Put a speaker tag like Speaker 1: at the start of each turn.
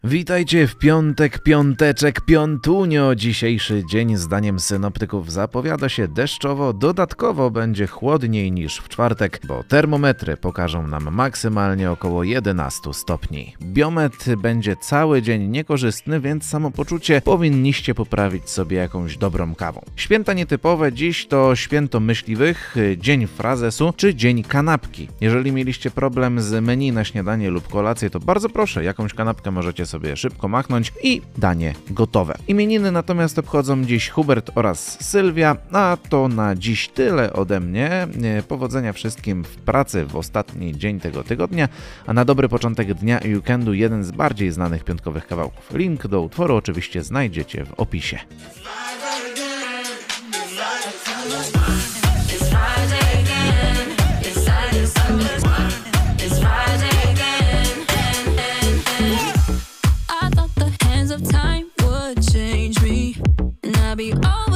Speaker 1: Witajcie w piątek, piąteczek, piątunio. Dzisiejszy dzień zdaniem synoptyków zapowiada się deszczowo, dodatkowo będzie chłodniej niż w czwartek, bo termometry pokażą nam maksymalnie około 11 stopni. Biometr będzie cały dzień niekorzystny, więc samopoczucie powinniście poprawić sobie jakąś dobrą kawą. Święta nietypowe dziś to święto myśliwych, dzień frazesu czy dzień kanapki. Jeżeli mieliście problem z menu na śniadanie lub kolację, to bardzo proszę, jakąś kanapkę możecie sobie szybko machnąć i danie gotowe. Imieniny natomiast obchodzą dziś Hubert oraz Sylwia, a to na dziś tyle ode mnie. Powodzenia wszystkim w pracy w ostatni dzień tego tygodnia, a na dobry początek dnia i weekendu jeden z bardziej znanych piątkowych kawałków. Link do utworu oczywiście znajdziecie w opisie.
Speaker 2: Be all